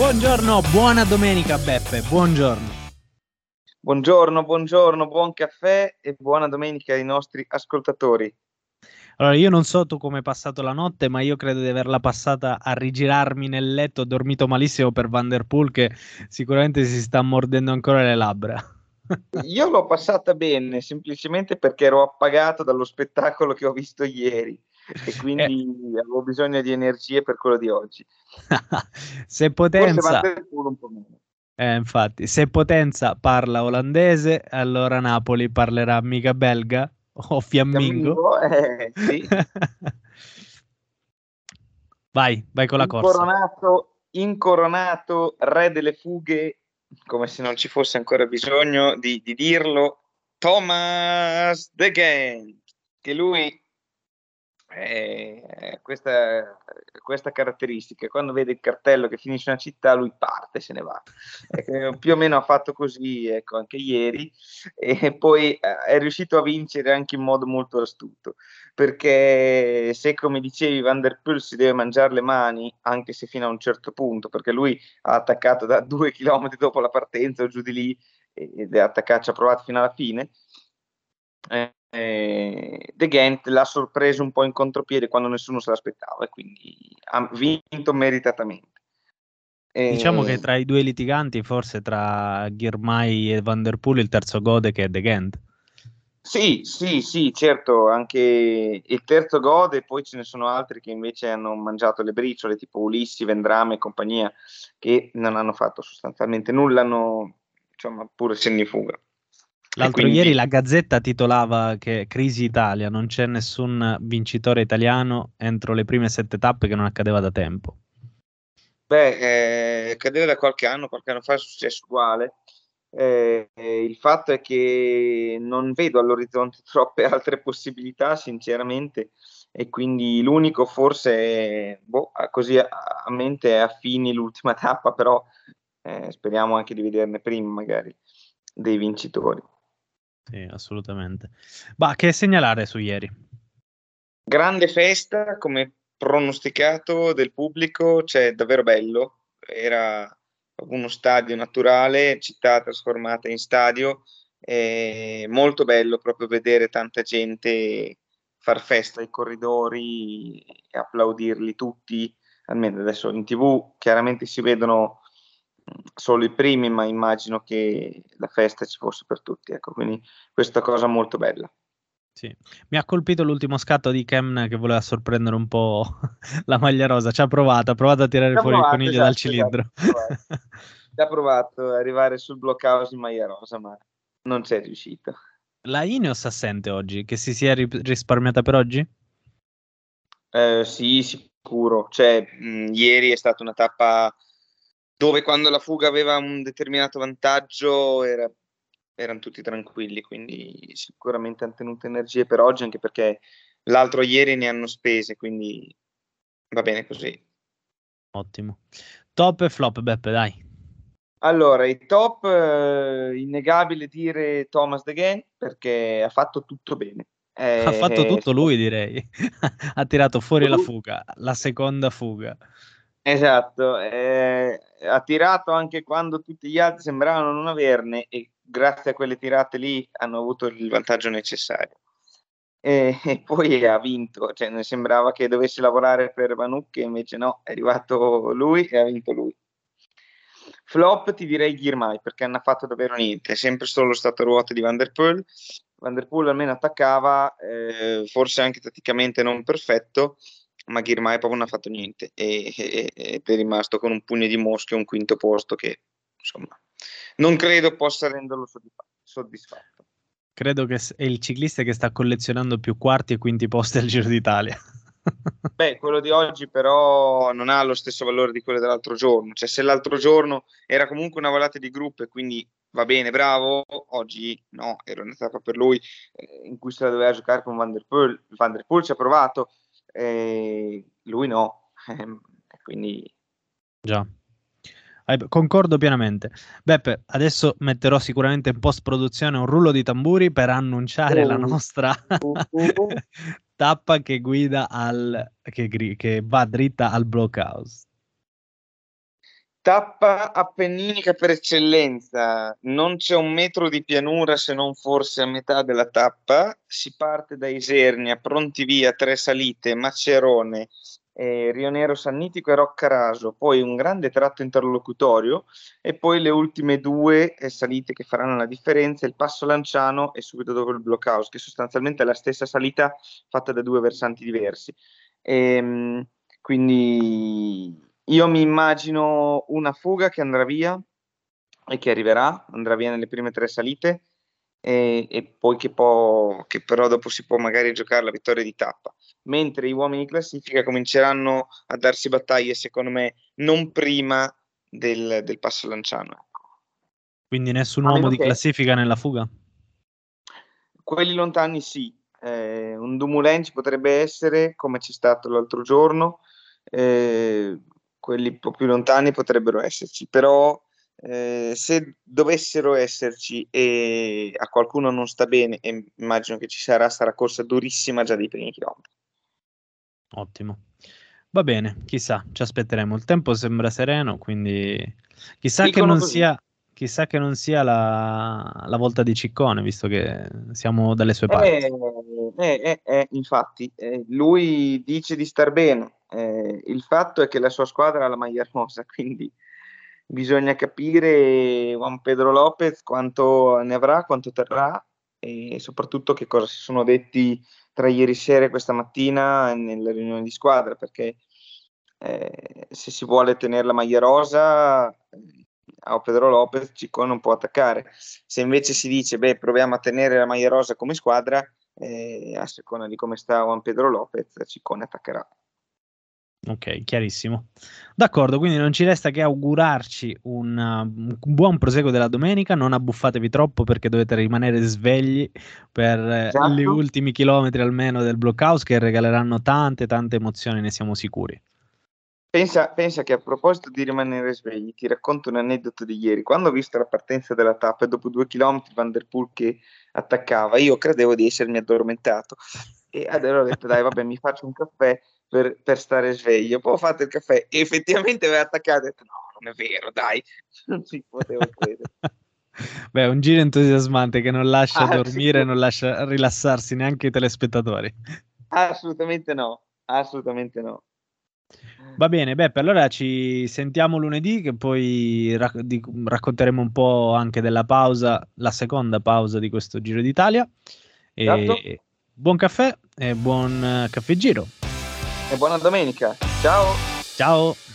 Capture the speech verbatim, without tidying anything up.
Buongiorno, buona domenica Beppe, buongiorno. Buongiorno, buongiorno, buon caffè e buona domenica ai nostri ascoltatori. Allora, io non so tu come hai passato la notte, ma io credo di averla passata a rigirarmi nel letto, ho dormito malissimo per Van der Poel che sicuramente si sta mordendo ancora le labbra. Io l'ho passata bene, semplicemente perché ero appagato dallo spettacolo che ho visto ieri e Eh, quindi avevo bisogno di energie per quello di oggi. se Forse Van Potenza, der Poel un po' meno. eh, infatti, se Potenza parla olandese, allora Napoli parlerà mica belga o fiammingo. Fiammingo, eh, sì. Vai, vai con la corsa. Incoronato, incoronato re delle fughe, come se non ci fosse ancora bisogno di, di dirlo, Thomas De Gendt, che lui eh, questa, questa caratteristica, quando vede il cartello che finisce una città, lui parte, se ne va. Eh, più o meno ha fatto così, ecco, anche ieri, e poi eh, è riuscito a vincere anche in modo molto astuto, perché se, come dicevi, Van der Poel si deve mangiare le mani, anche se fino a un certo punto, perché lui ha attaccato da due chilometri dopo la partenza o giù di lì, ed è attaccato, ci ha provato fino alla fine. Eh, eh, De Gendt l'ha sorpreso un po' in contropiede quando nessuno se l'aspettava e quindi ha vinto meritatamente. Diciamo che Eh, tra i due litiganti, forse tra Girmay e Van der Poel, il terzo gode che è De Gendt. sì, sì, sì, certo, anche il terzo gode, poi ce ne sono altri che invece hanno mangiato le briciole, tipo Ulissi, Vendrame e compagnia, che non hanno fatto sostanzialmente nulla, hanno, insomma, pure essendo in fuga. E L'altro ieri quindi la Gazzetta titolava che Crisi Italia, non c'è nessun vincitore italiano entro le prime sette tappe che non accadeva da tempo. Beh, eh, cadere da qualche anno, qualche anno fa è successo uguale. Eh, eh, il fatto è che non vedo all'orizzonte troppe altre possibilità, sinceramente, e quindi l'unico forse, è, boh, così a, a mente è Affini l'ultima tappa, però eh, speriamo anche di vederne prima, magari, dei vincitori. Sì, assolutamente. Ma che segnalare su ieri? Grande festa, come pronosticato del pubblico, cioè davvero bello. Era uno stadio naturale, città trasformata in stadio, e molto bello proprio vedere tanta gente far festa ai corridori e applaudirli tutti. Almeno adesso in T V chiaramente si vedono mh, solo i primi, ma immagino che la festa ci fosse per tutti. Ecco, quindi questa cosa molto bella. Sì. Mi ha colpito l'ultimo scatto di Kemna che voleva sorprendere un po' la maglia rosa. Ci ha provato, ha provato a tirare Ci ha fuori il provato, coniglio dal esatto, esatto. cilindro. Ci ha provato. Ci ha provato ad arrivare sul blockhouse in maglia rosa, ma non c'è riuscito. La Ineos assente oggi, che si sia ri- risparmiata per oggi? Eh, sì, sicuro. Cioè, mh, ieri è stata una tappa dove quando la fuga aveva un determinato vantaggio era- erano tutti tranquilli, quindi sicuramente hanno tenuto energie per oggi, anche perché l'altro ieri ne hanno spese, quindi va bene così. Ottimo. Top e flop, Beppe, dai. Allora, i top, eh, innegabile dire Thomas De Gendt perché ha fatto tutto bene. Ha fatto Eh, tutto lui, direi. Ha tirato fuori la lui- fuga, la seconda fuga. esatto, eh, ha tirato anche quando tutti gli altri sembravano non averne e grazie a quelle tirate lì hanno avuto il vantaggio necessario. E, e poi ha vinto, cioè ne sembrava che dovesse lavorare per Vanucchi, invece no, è arrivato lui e ha vinto lui. Flop ti direi Girmay perché non ha fatto davvero niente, è sempre solo stato a ruota di Van der Poel. Van der Poel almeno attaccava, eh, forse anche tatticamente non perfetto, ma Girmay proprio non ha fatto niente e, e- ed è rimasto con un pugno di mosche e un quinto posto che insomma non credo possa renderlo soddisfa- soddisfatto. Credo che s- è il ciclista che sta collezionando più quarti e quinti posti al Giro d'Italia. Beh, quello di oggi però non ha lo stesso valore di quello dell'altro giorno, cioè se l'altro giorno era comunque una volata di gruppo e quindi va bene, bravo, oggi no, era una tappa per lui eh, in cui se la doveva giocare con Van der Poel, Van der Poel ci ha provato, eh, lui no, ehm, quindi Già. Eh, Concordo pienamente. Beppe, adesso metterò sicuramente in post-produzione un rullo di tamburi per annunciare la uh, nostra uh, uh, tappa che guida al che, gri- che va dritta al blockhouse. Tappa appenninica per eccellenza, non c'è un metro di pianura se non forse a metà della tappa, si parte da Isernia, pronti via, tre salite, Macerone, eh, Rio Nero Sannitico e Roccaraso, poi un grande tratto interlocutorio e poi le ultime due eh, salite che faranno la differenza, il Passo Lanciano e subito dopo il Blockhouse, che sostanzialmente è la stessa salita fatta da due versanti diversi. Ehm, quindi io mi immagino una fuga che andrà via e che arriverà, andrà via nelle prime tre salite e, e poi che, può, che però dopo si può magari giocare la vittoria di tappa, mentre gli uomini in classifica cominceranno a darsi battaglie secondo me non prima del, del Passo Lanciano. Quindi nessun A uomo meno di che classifica nella fuga? quelli lontani sì, eh, un Dumoulin ci potrebbe essere come c'è stato l'altro giorno, eh, quelli un po' più lontani potrebbero esserci, però eh, se dovessero esserci e a qualcuno non sta bene, e immagino che ci sarà, sarà corsa durissima già dei primi chilometri. Ottimo. Va bene, chissà, ci aspetteremo. Il tempo sembra sereno, quindi chissà che Dicono non così. sia, chissà che non sia la, la volta di Ciccone, visto che siamo dalle sue parti. Eh, eh, eh, eh, infatti, eh, lui dice di star bene. Eh, il fatto è che la sua squadra ha la maglia rosa, quindi bisogna capire Juan Pedro Lopez quanto ne avrà, quanto terrà e soprattutto che cosa si sono detti tra ieri sera e questa mattina nella riunione di squadra, perché eh, se si vuole tenere la maglia rosa eh, a Pedro Lopez Ciccone non può attaccare. Se invece si dice beh proviamo a tenere la maglia rosa come squadra, eh, a seconda di come sta Juan Pedro Lopez Ciccone attaccherà. Ok, chiarissimo. D'accordo, quindi non ci resta che augurarci un, uh, un buon proseguo della domenica. Non abbuffatevi troppo perché dovete rimanere svegli per eh, gli Esatto. ultimi chilometri almeno del Blockhouse, che regaleranno tante, tante emozioni, ne siamo sicuri. Pensa, pensa che a proposito di rimanere svegli, ti racconto un aneddoto di ieri. Quando ho visto la partenza della tappa e dopo due chilometri Van der Poel che attaccava, io credevo di essermi addormentato. E allora ho detto, dai, vabbè, mi faccio un caffè per, per stare sveglio. Poi ho fatto il caffè e effettivamente aveva attaccato. Ho detto, no, non è vero, dai, non ci potevo credere. Beh, un giro entusiasmante che non lascia Ah, dormire, non sicuro. lascia rilassarsi neanche i telespettatori. Assolutamente no, assolutamente no. Va bene, Beppe, allora ci sentiamo lunedì che poi rac- di- racconteremo un po' anche della pausa, la seconda pausa di questo Giro d'Italia. Esatto. E buon caffè e buon eh, caffè giro. E buona domenica. Ciao. Ciao!